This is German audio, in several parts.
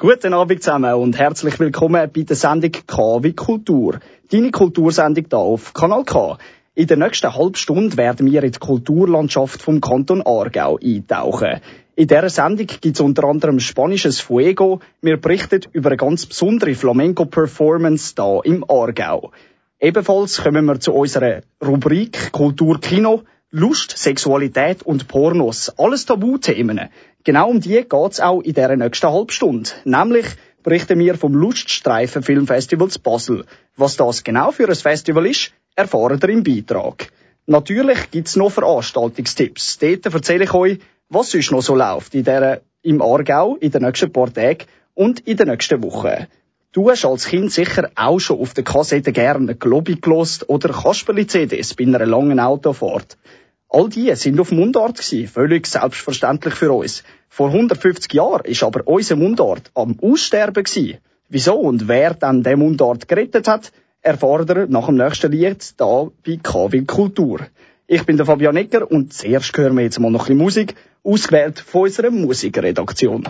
Guten Abend zusammen und herzlich willkommen bei der Sendung K wie Kultur. Deine Kultursendung hier auf Kanal K. In der nächsten halben Stunde werden wir in die Kulturlandschaft vom Kanton Aargau eintauchen. In dieser Sendung gibt es unter anderem spanisches Fuego. Wir berichten über eine ganz besondere Flamenco-Performance hier im Aargau. Ebenfalls kommen wir zu unserer Rubrik Kultur-Kino. Lust, Sexualität und Pornos. Alles Tabuthemen. Genau um die geht's auch in dieser nächsten Halbstunde. Nämlich berichten wir vom Luststreifen Filmfestivals Basel. Was das genau für ein Festival ist, erfahrt ihr im Beitrag. Natürlich gibt's noch Veranstaltungstipps. Dort erzähle ich euch, was sonst noch so läuft im Aargau in den nächsten paar Tagen und in den nächsten Wochen. Du hast als Kind sicher auch schon auf der Kassette gerne Globi gelost oder Kasperli-CDs bei einer langen Autofahrt. All die sind auf Mundart gewesen, völlig selbstverständlich für uns. Vor 150 Jahren ist aber unser Mundart am Aussterben gewesen. Wieso und wer dann den Mundart gerettet hat, erfahrt ihr nach dem nächsten Lied hier bei KW Kultur. Ich bin der Fabian Egger und zuerst hören wir jetzt mal noch ein bisschen Musik, ausgewählt von unserer Musikredaktion.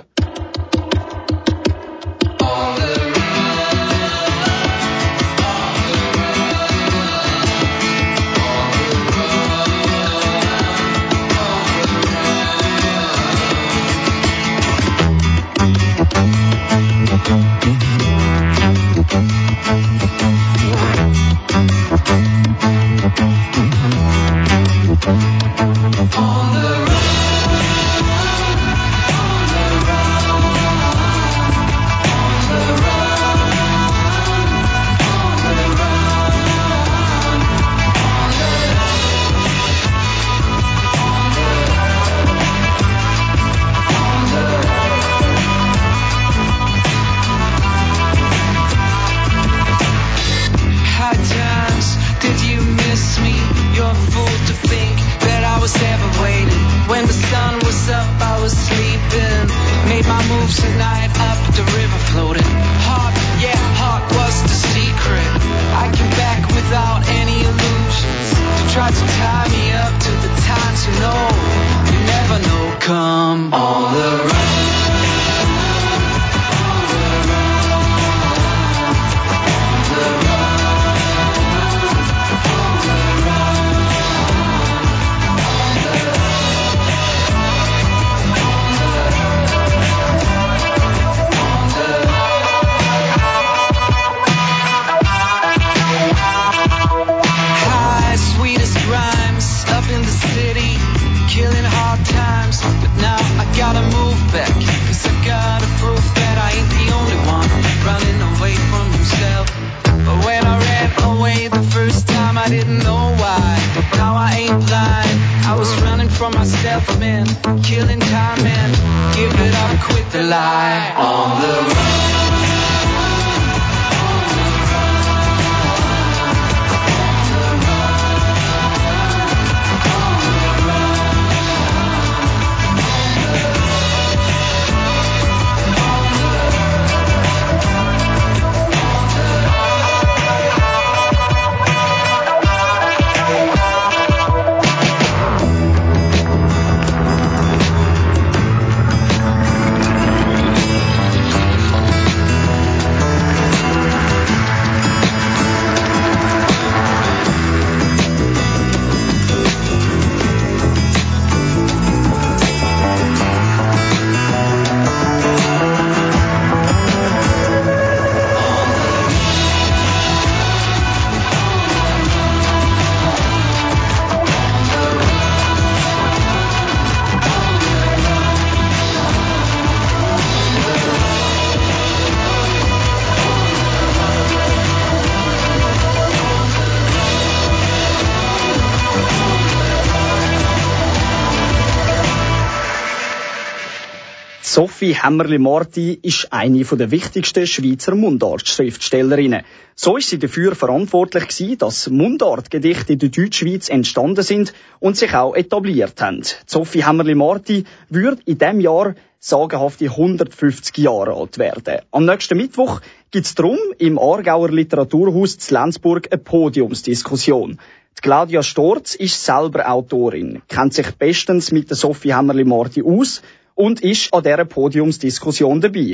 Sophie Hämmerli-Marti ist eine der wichtigsten Schweizer Mundart-Schriftstellerinnen. So ist sie dafür verantwortlich gewesen, dass Mundartgedichte in der Deutschschweiz entstanden sind und sich auch etabliert haben. Sophie Hämmerli-Marti würde in diesem Jahr sagenhafte 150 Jahre alt werden. Am nächsten Mittwoch gibt es darum im Aargauer Literaturhaus zu Lenzburg eine Podiumsdiskussion. Die Claudia Storz ist selber Autorin, kennt sich bestens mit der Sophie Hämmerli-Marti aus und ist an dieser Podiumsdiskussion dabei.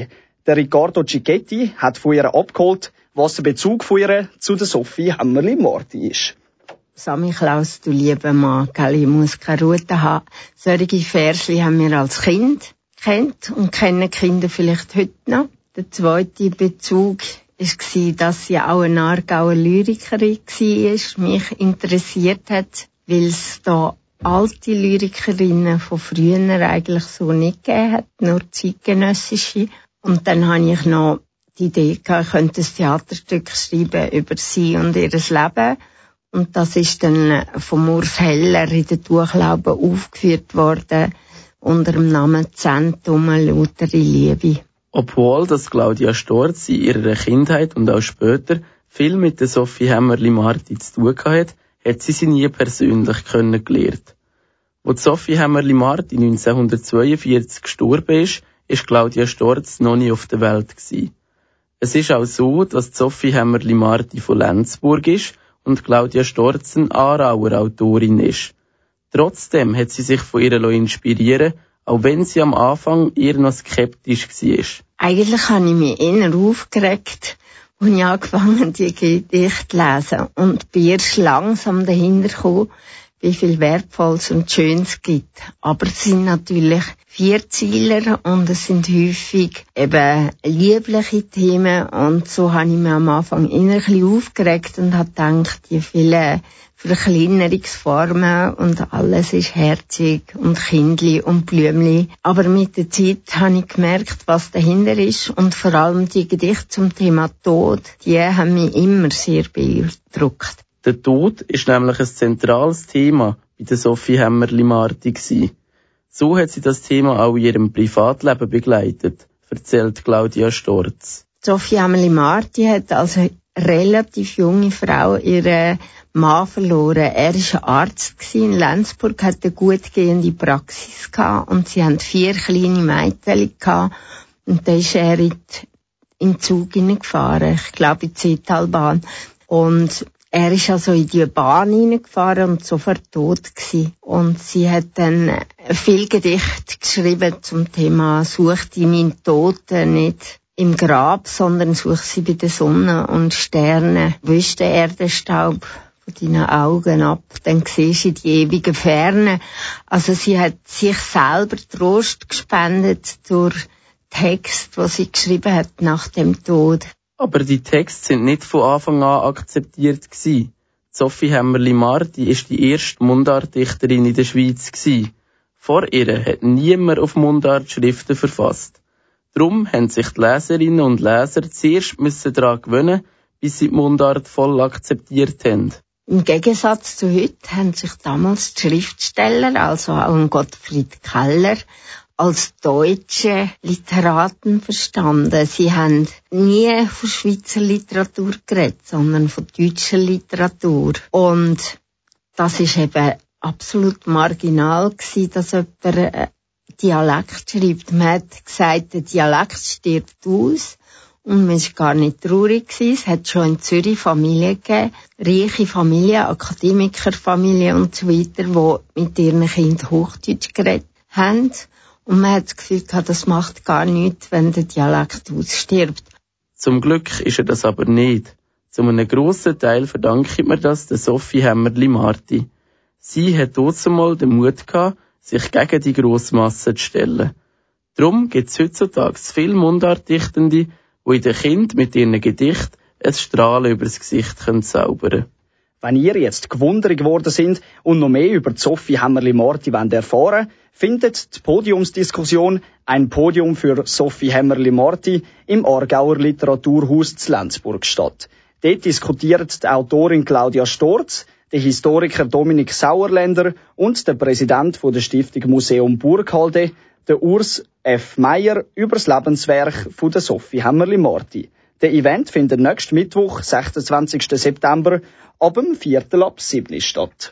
Der Riccardo Cicchetti hat von ihr abgeholt, was der Bezug von ihr zu der Sophie Hämmerli-Marti ist. Sammy Klaus, du lieber Mann, gell, ich muss keine Route haben. Solche Versli haben wir als Kind kennt und kennen Kinder vielleicht heute noch. Der zweite Bezug war, dass sie auch eine Aargauer Lyrikerin war, mich interessiert hat, weil es da alte Lyrikerinnen von früher eigentlich so nicht gegeben hat, nur zeitgenössische. Und dann habe ich noch die Idee gehabt, ich könnte ein Theaterstück schreiben über sie und ihr Leben. Und das ist dann vom Urs Heller in der Durchlaube aufgeführt worden, unter dem Namen Zentrum lautere Liebe. Obwohl das Claudia Storz in ihrer Kindheit und auch später viel mit der Sophie Hämmerli-Marti zu tun hatte, hat sie nie persönlich kennengelernt. Als Sophie Hämmerli-Marti 1942 gestorben ist Claudia Storz noch nie auf der Welt gewesen. Es ist auch so, dass Sophie Hämmerli-Marti von Lenzburg ist und Claudia Storz eine Aarauer Autorin ist. Trotzdem hat sie sich von ihr inspirieren lassen, auch wenn sie am Anfang eher noch skeptisch war. Eigentlich habe ich mich eher aufgeregt, als ich angefangen habe, die Gedichte zu lesen. Und bin erst langsam dahinter gekommen, wie viel Wertvolles und Schönes gibt. Aber es sind natürlich Vierzeiler und es sind häufig eben liebliche Themen. Und so habe ich mich am Anfang eher ein bisschen aufgeregt und habe gedacht, die vielen Verkleinerungsformen und alles ist herzig und kindli und blümli. Aber mit der Zeit habe ich gemerkt, was dahinter ist und vor allem die Gedichte zum Thema Tod, die haben mich immer sehr beeindruckt. Der Tod ist nämlich ein zentrales Thema bei der Sophie Hämmerli-Marti gewesen. So hat sie das Thema auch in ihrem Privatleben begleitet, erzählt Claudia Storz. Sophie Hämmerli-Marti hat als relativ junge Frau ihren Mann verloren. Er war Arzt in Lenzburg, hatte eine gut gehende Praxis gehabt und sie hatten 4 kleine Mädchen gehabt. Und dann ist er in den Zug hineingefahren, ich glaube in die Zetalbahn. Und er ist also in die Bahn hineingefahren und sofort tot gewesen. Und sie hat dann viel Gedichte geschrieben zum Thema «Such die meinen Toten nicht im Grab, sondern such sie bei der Sonne und Sternen. Wisch den Erdenstaub von deinen Augen ab, dann siehst du die ewige Ferne.» Also sie hat sich selber Trost gespendet durch Text, was sie geschrieben hat nach dem Tod. Aber die Texte sind nicht von Anfang an akzeptiert gewesen. Sophie Hämmerli-Marti ist die erste Mundartdichterin in der Schweiz gewesen. Vor ihr hat niemand auf Mundart Schriften verfasst. Darum haben sich die Leserinnen und Leser zuerst daran gewöhnen, bis sie die Mundart voll akzeptiert haben. Im Gegensatz zu heute haben sich damals die Schriftsteller, also auch ein Gottfried Keller, als deutsche Literaten verstanden. Sie haben nie von Schweizer Literatur geredet, sondern von deutscher Literatur. Und das ist eben absolut marginal gewesen, dass jemand Dialekt schreibt. Man hat gesagt, der Dialekt stirbt aus. Und man war gar nicht traurig gewesen. Es hat schon in Zürich Familien gegeben, reiche Familien, Akademikerfamilien und so weiter, die mit ihren Kindern Hochdeutsch geredet haben. Und man hat das Gefühl gehabt, das macht gar nichts, wenn der Dialekt ausstirbt. Zum Glück ist er das aber nicht. Zu einem grossen Teil verdanke ich mir das der Sophie Hämmerli-Marti. Sie hat dazumal den Mut gehabt, sich gegen die Grossmasse zu stellen. Darum gibt es heutzutage viele Mundartdichtende, die in den Kindern mit ihren Gedichten ein Strahlen übers Gesicht zaubern können. Wenn ihr jetzt gewundert geworden sind und noch mehr über die Sophie Hämmerli-Marti erfahren wollt, findet die Podiumsdiskussion «Ein Podium für Sophie Hämmerli-Marti» im Aargauer Literaturhaus zu Lenzburg statt. Dort diskutieren die Autorin Claudia Storz, der Historiker Dominik Sauerländer und der Präsident der Stiftung Museum Burghalde, der Urs F. Meyer, über das Lebenswerk von der Sophie Hämmerli-Marti. Der Event findet nächsten Mittwoch, 26. September, ab dem 7:15 statt.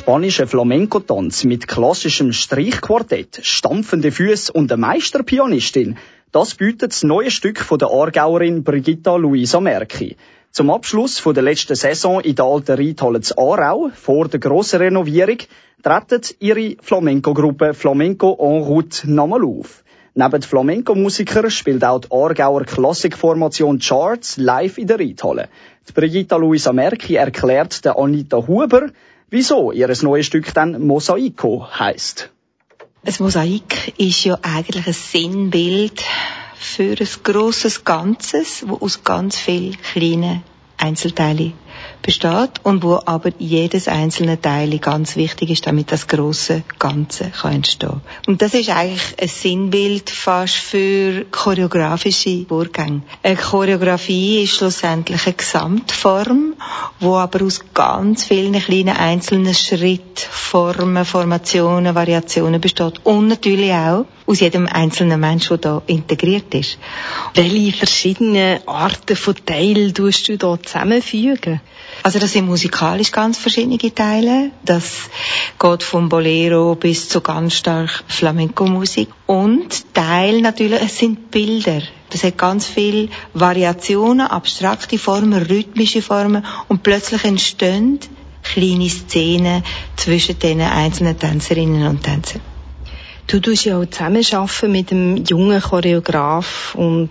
spanischer Flamenco-Tanz mit klassischem Streichquartett, stampfende Füße und eine Meisterpianistin. Das bietet das neue Stück von der Aargauerin Brigitta Luisa Merki. Zum Abschluss von der letzten Saison in der alten Reithalle zu Aarau, vor der grossen Renovierung, treten ihre Flamenco-Gruppe Flamenco en route nochmal auf. Neben Flamenco-Musikern spielt auch die Aargauer Klassikformation Charts live in der Reithalle. Die Brigitta Luisa Merki erklärt der Anita Huber, wieso ihr neues Stück dann Mosaiko heisst. Ein Mosaik ist ja eigentlich ein Sinnbild für ein grosses Ganzes, das aus ganz vielen kleinen Einzelteilen besteht und wo aber jedes einzelne Teil ganz wichtig ist, damit das grosse Ganze entstehen kann. Und das ist eigentlich ein Sinnbild fast für choreografische Vorgänge. Eine Choreografie ist schlussendlich eine Gesamtform, wo aber aus ganz vielen kleinen einzelnen Schrittformen, Formationen, Variationen besteht und natürlich auch aus jedem einzelnen Mensch, der da integriert ist. Welche verschiedenen Arten von Teilen tust du da zusammenfügen? Also das sind musikalisch ganz verschiedene Teile. Das geht vom Bolero bis zu ganz stark Flamenco-Musik. Und Teil natürlich, es sind Bilder. Das hat ganz viele Variationen, abstrakte Formen, rhythmische Formen und plötzlich entstehen kleine Szenen zwischen den einzelnen Tänzerinnen und Tänzern. Du tust ja auch zusammenarbeiten mit dem jungen Choreograf und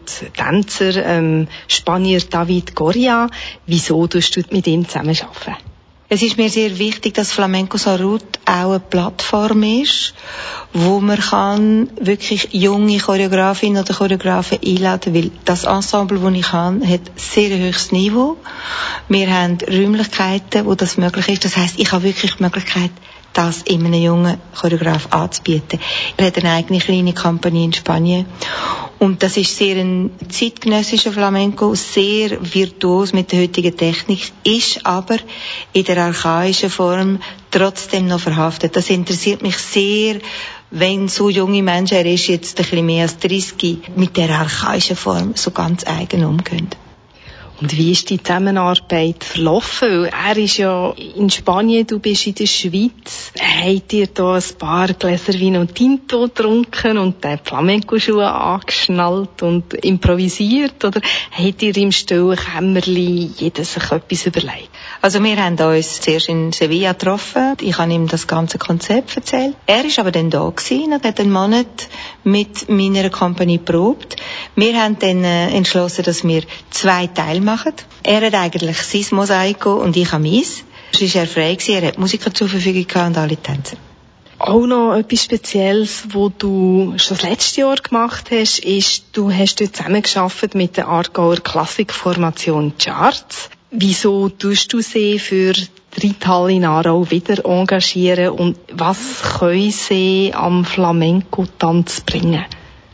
Tänzer Spanier David Goria. Wieso tust du mit ihm zusammenarbeiten? Es ist mir sehr wichtig, dass Flamenco en route auch eine Plattform ist, wo man kann wirklich junge Choreografinnen oder Choreografen einladen, weil das Ensemble, das ich habe, hat sehr hohes Niveau. Wir haben Räumlichkeiten, wo das möglich ist. Das heisst, ich habe wirklich die Möglichkeit, das einem jungen Choreograf anzubieten. Er hat eine eigene kleine Kampagne in Spanien. Und das ist sehr ein zeitgenössischer Flamenco, sehr virtuos mit der heutigen Technik, ist aber in der archaischen Form trotzdem noch verhaftet. Das interessiert mich sehr, wenn so junge Menschen, er ist jetzt ein bisschen mehr als 30, mit der archaischen Form so ganz eigen umgehen. Und wie ist die Zusammenarbeit verlaufen? Weil er ist ja in Spanien, du bist in der Schweiz. Habt ihr da ein paar Gläser Vino Tinto getrunken und die Flamenco-Schuhe angeschnallt und improvisiert? Oder habt ihr im stillen Kämmerli jeder sich etwas überlegt? Also wir haben uns zuerst in Sevilla getroffen. Ich habe ihm das ganze Konzept erzählt. Er ist aber dann da gewesen und hat einen Monat mit meiner Kompanie probt. Wir haben dann entschlossen, dass wir 2 Teile machen. Er hat eigentlich sein Mosaiko und ich habe meins. Es war er frei gewesen, er hat Musiker zur Verfügung gehabt und alle Tänzer. Auch noch etwas Spezielles, was du schon das letzte Jahr gemacht hast, ist, du hast dort zusammengearbeitet mit der Aargauer Klassikformation Charts. Wieso tust du sie für die Reithalle in Aarau wieder engagieren und was können sie am Flamenco-Tanz bringen?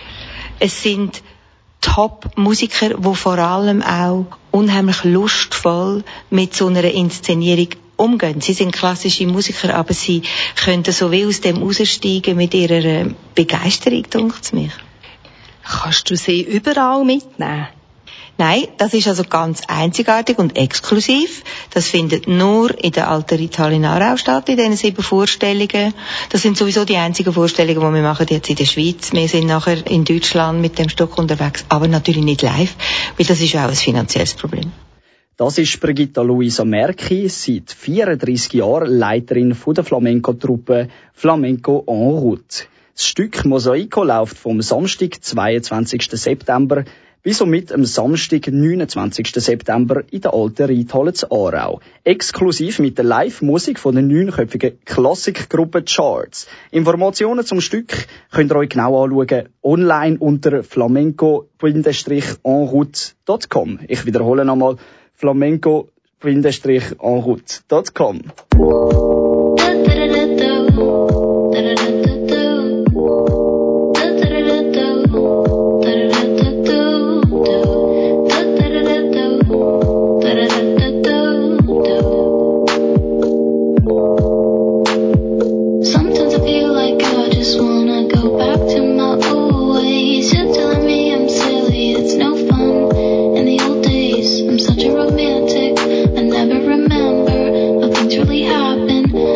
Es sind Top-Musiker, die vor allem auch unheimlich lustvoll mit so einer Inszenierung umgehen. Sie sind klassische Musiker, aber sie können so wie aus dem raussteigen mit ihrer Begeisterung, denkt mich. Kannst du sie überall mitnehmen? Nein, das ist also ganz einzigartig und exklusiv. Das findet nur in der alten Reithalle in Aarau statt, in diesen 7 Vorstellungen. Das sind sowieso die einzigen Vorstellungen, die wir machen jetzt in der Schweiz. Wir sind nachher in Deutschland mit dem Stück unterwegs, aber natürlich nicht live, weil das ist auch ein finanzielles Problem. Das ist Brigitta Luisa Merki, seit 34 Jahren Leiterin der Flamenco-Truppe Flamenco en route. Das Stück Mosaiko läuft vom Samstag, 22. September, bis somit am Samstag, 29. September in der alten Reithalle zu Aarau. Exklusiv mit der Live-Musik von der 9-köpfigen Klassikgruppe Charts. Informationen zum Stück könnt ihr euch genau anschauen online unter flamenco-enroute.com. Ich wiederhole nochmal flamenco-enroute.com. Such a romantic, I never remember how things really happen.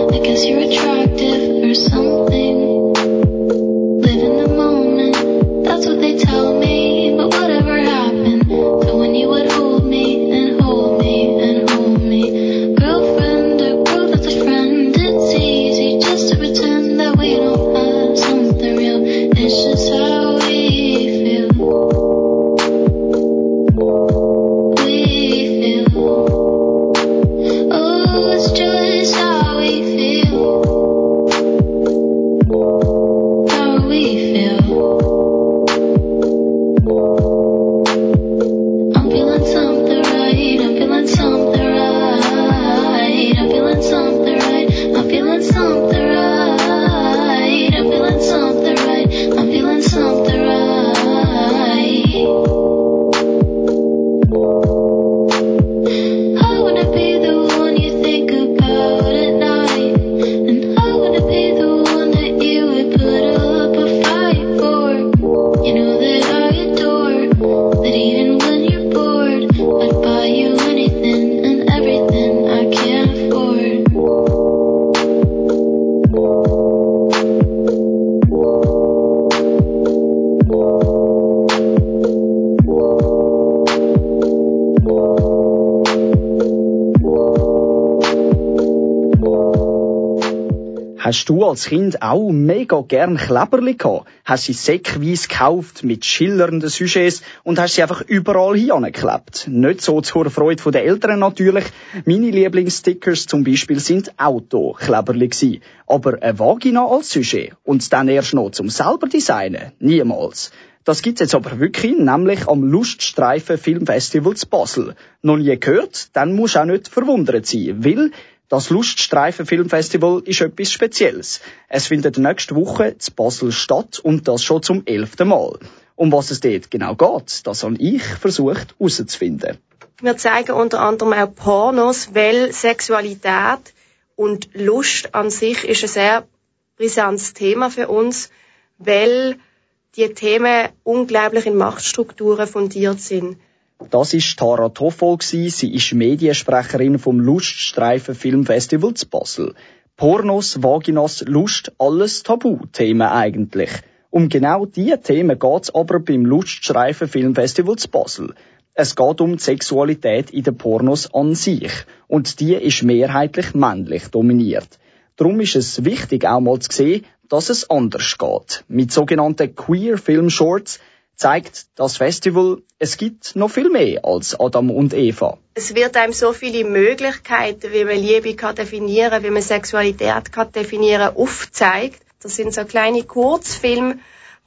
Hast du als Kind auch mega gern Kleberli gehabt? Hast sie säckweise gekauft mit schillernden Sujets und hast sie einfach überall hingeklebt? Nicht so zur Freude der Eltern natürlich. Meine Lieblingsstickers zum Beispiel sind Autokleberli gsi. Aber eine Vagina als Sujet und dann erst noch zum selber designen? Niemals. Das gibt's jetzt aber wirklich, nämlich am Luststreifen Filmfestival zu Basel. Noch nie gehört? Dann musst du auch nicht verwundert sein, weil das Luststreifen Filmfestival ist etwas Spezielles. Es findet nächste Woche zu Basel statt und das schon zum 11. Mal. Um was es dort genau geht, das habe ich versucht herauszufinden. Wir zeigen unter anderem auch Pornos, weil Sexualität und Lust an sich ist ein sehr brisantes Thema für uns, weil die Themen unglaublich in Machtstrukturen fundiert sind. Das ist Tara Toffol. Sie ist Mediensprecherin vom Luststreifen Filmfestival zu Basel. Pornos, Vaginas, Lust, alles Tabuthemen eigentlich. Um genau diese Themen geht's aber beim Luststreifen Filmfestival zu Basel. Es geht um die Sexualität in den Pornos an sich. Und die ist mehrheitlich männlich dominiert. Darum ist es wichtig, auch mal zu sehen, dass es anders geht. Mit sogenannten Queer Film Shorts zeigt das Festival, es gibt noch viel mehr als Adam und Eva. Es wird einem so viele Möglichkeiten, wie man Liebe kann definieren, wie man Sexualität kann definieren, aufzeigt. Das sind so kleine Kurzfilme,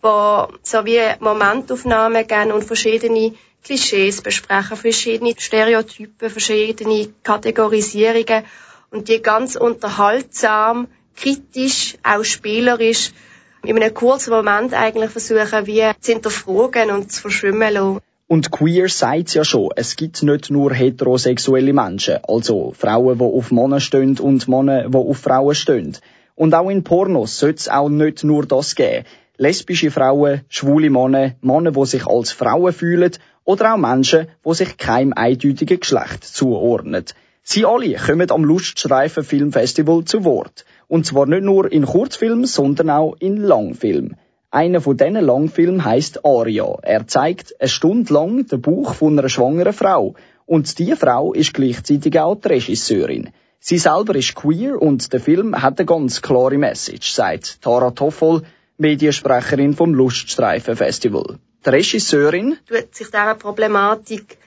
wo so wie Momentaufnahmen geben und verschiedene Klischees besprechen, verschiedene Stereotypen, verschiedene Kategorisierungen und die ganz unterhaltsam, kritisch, auch spielerisch in einem kurzen Moment eigentlich versuchen, wie zu hinterfragen und zu verschwimmen lassen. Und queer sagt's ja schon, es gibt nicht nur heterosexuelle Menschen, also Frauen, die auf Männer stehen und Männer, die auf Frauen stehen. Und auch in Pornos sollte es auch nicht nur das geben. Lesbische Frauen, schwule Männer, Männer, die sich als Frauen fühlen oder auch Menschen, die sich keinem eindeutigen Geschlecht zuordnen. Sie alle kommen am Luststreifen Filmfestival zu Wort. Und zwar nicht nur in Kurzfilmen, sondern auch in Langfilmen. Einer von diesen Langfilmen heisst Aria. Er zeigt eine Stunde lang den Bauch von einer schwangeren Frau. Und diese Frau ist gleichzeitig auch die Regisseurin. Sie selber ist queer und der Film hat eine ganz klare Message, sagt Tara Toffol, Mediensprecherin vom Luststreifen Festival. Die Regisseurin tut sich dieser Problematik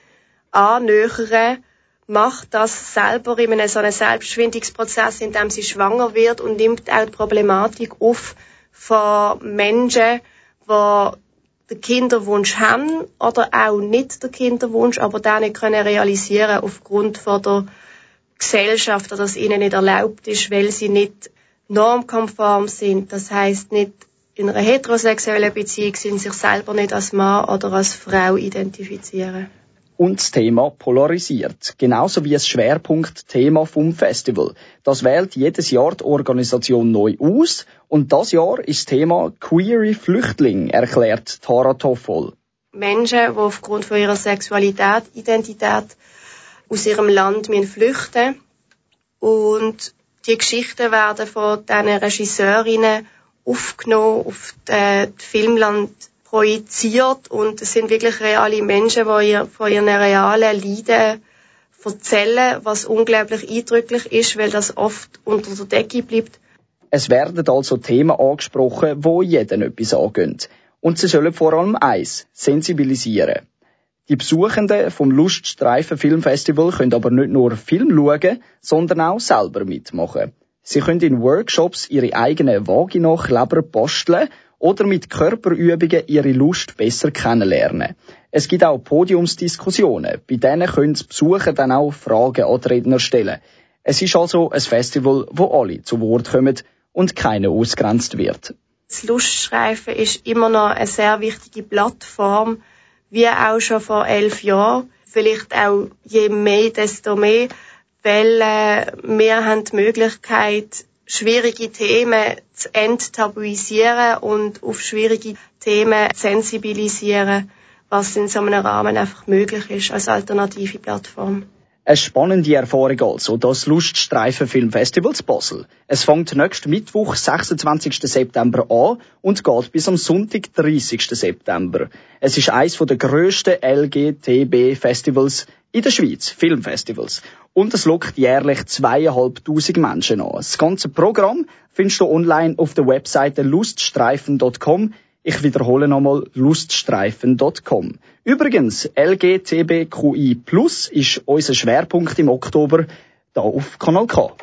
annähern, macht das selber in so einem Selbstfindungsprozess, in dem sie schwanger wird und nimmt auch die Problematik auf von Menschen, die den Kinderwunsch haben oder auch nicht den Kinderwunsch, aber den nicht können realisieren aufgrund von der Gesellschaft, dass es ihnen nicht erlaubt ist, weil sie nicht normkonform sind. Das heisst, nicht in einer heterosexuellen Beziehung sind, sich selber nicht als Mann oder als Frau identifizieren. Und das Thema polarisiert, genauso wie das Schwerpunktthema vom Festival. Das wählt jedes Jahr die Organisation neu aus und das Jahr ist das Thema Queere Flüchtling, erklärt Tara Toffol. Menschen, die aufgrund von ihrer Sexualität, Identität aus ihrem Land flüchten und die Geschichten werden von diesen Regisseurinnen aufgenommen, auf das Filmland projiziert und es sind wirklich reale Menschen, die von ihren realen Leiden erzählen, was unglaublich eindrücklich ist, weil das oft unter der Decke bleibt. Es werden also Themen angesprochen, die jeden etwas angehen. Und sie sollen vor allem eins, sensibilisieren. Die Besuchenden vom Luststreifen Filmfestival können aber nicht nur Film schauen, sondern auch selber mitmachen. Sie können in Workshops ihre eigenen Vagina-Kleber basteln oder mit Körperübungen ihre Lust besser kennenlernen. Es gibt auch Podiumsdiskussionen, bei denen können die Besucher dann auch Fragen an die Redner stellen. Es ist also ein Festival, wo alle zu Wort kommen und keiner ausgrenzt wird. Das Luststreifen ist immer noch eine sehr wichtige Plattform, wie auch schon vor 11 Jahren. Vielleicht auch je mehr, desto mehr, weil wir haben die Möglichkeit, schwierige Themen zu enttabuisieren und auf schwierige Themen zu sensibilisieren, was in so einem Rahmen einfach möglich ist als alternative Plattform. Eine spannende Erfahrung also, das Luststreifen Filmfestival in Basel. Es fängt nächsten Mittwoch, 26. September an und geht bis am Sonntag, 30. September. Es ist eines der grössten LGTB-Festivals in der Schweiz, Filmfestivals. Und es lockt jährlich 2500 Menschen an. Das ganze Programm findest du online auf der Webseite luststreifen.com. Ich wiederhole nochmal, luststreifen.com. Übrigens, LGBTQI+ ist unser Schwerpunkt im Oktober hier auf Kanal K.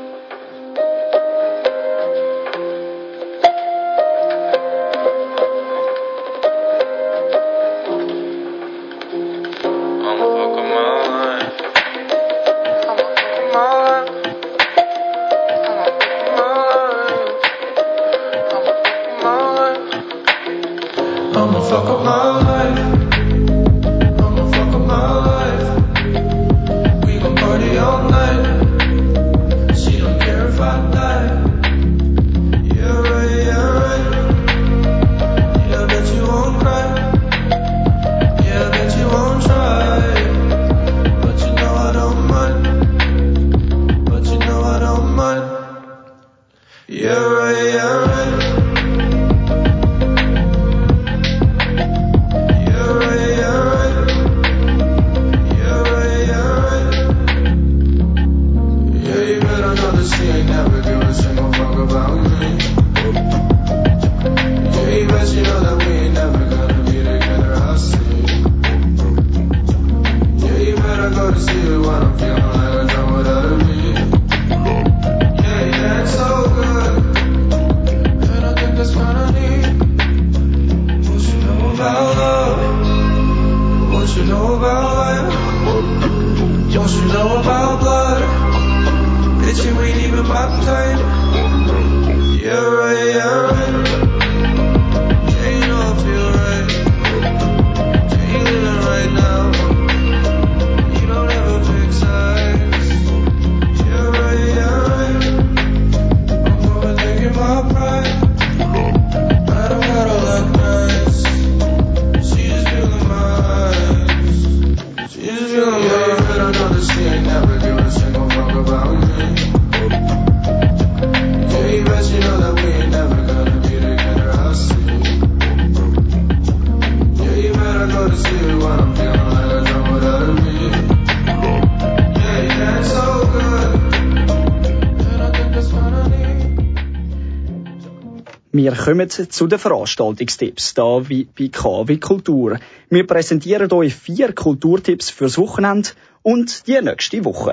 Wir kommen zu den Veranstaltungstipps, hier bei KW Kultur. Wir präsentieren euch 4 Kulturtipps fürs Wochenende und die nächste Woche.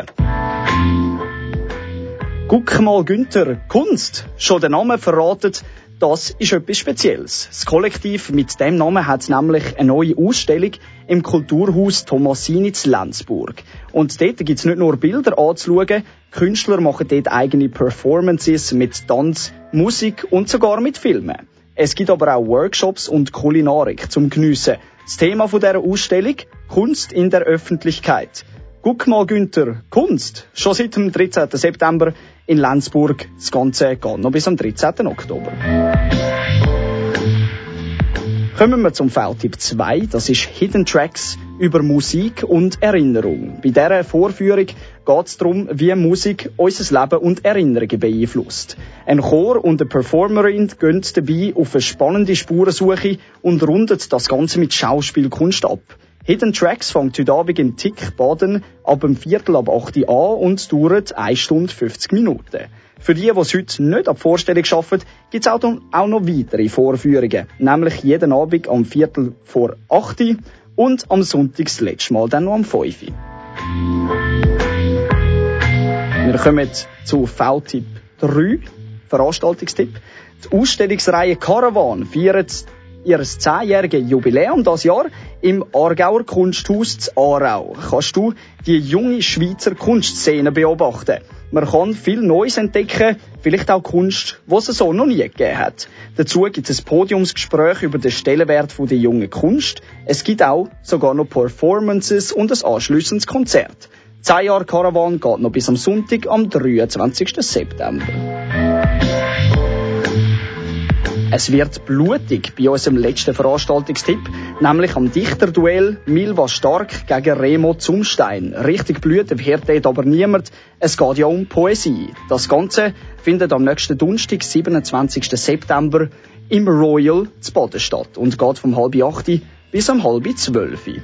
Guck mal, Günther, Kunst. Schon der Name verratet, das ist etwas Spezielles. Das Kollektiv mit dem Namen hat nämlich eine neue Ausstellung im Kulturhaus Thomasini in Lenzburg. Und dort gibt es nicht nur Bilder anzuschauen, Künstler machen dort eigene Performances mit Tanz, Musik und sogar mit Filmen. Es gibt aber auch Workshops und Kulinarik zum Geniessen. Das Thema dieser Ausstellung: Kunst in der Öffentlichkeit. Guck mal, Günther, Kunst. Schon seit dem 13. September in Lenzburg. Das Ganze geht noch bis am 13. Oktober. Kommen wir zum Feldtipp 2, das ist Hidden Tracks über Musik und Erinnerung. Bei dieser Vorführung geht es darum, wie Musik unser Leben und Erinnerungen beeinflusst. Ein Chor und eine Performerin gehen dabei auf eine spannende Spurensuche und rundet das Ganze mit Schauspielkunst ab. Hidden Tracks fängt heute Abend in Tick Baden ab 7:45 an und dauert 1 Stunde 50 Minuten. Für die es heute nicht ab Vorstellung arbeiten, gibt es auch noch weitere Vorführungen. Nämlich jeden Abend am 7:45 und am Sonntag das letzte Mal dann noch am 5. Wir kommen zu Feldtipp 3, Veranstaltungstipp. Die Ausstellungsreihe Caravan feiert ihr 10-jähriges Jubiläum das Jahr im Aargauer Kunsthaus zu Aarau. Kannst du die junge Schweizer Kunstszene beobachten. Man kann viel Neues entdecken, vielleicht auch Kunst, die es so noch nie gegeben hat. Dazu gibt es ein Podiumsgespräch über den Stellenwert der jungen Kunst. Es gibt auch sogar noch Performances und ein anschliessendes Konzert. 10 Jahre Caravan geht noch bis am Sonntag, am 23. September. Es wird blutig bei unserem letzten Veranstaltungstipp, nämlich am Dichterduell Milva Stark gegen Remo Zumstein. Richtig blüten wird dort aber niemand. Es geht ja um Poesie. Das Ganze findet am nächsten Donnerstag, 27. September, im Royal zu Baden statt und geht vom 7:30 bis um 11:30.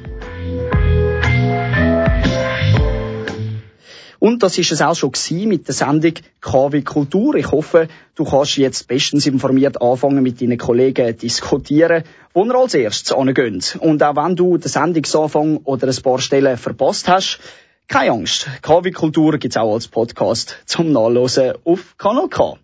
Und das ist es auch schon mit der Sendung KW Kultur. Ich hoffe, du kannst jetzt bestens informiert anfangen mit deinen Kollegen diskutieren, wo ihr als erstes angehen. Und auch wenn du den Sendungsanfang oder ein paar Stellen verpasst hast, keine Angst. KW Kultur gibt's auch als Podcast zum Nachhören auf Kanal K.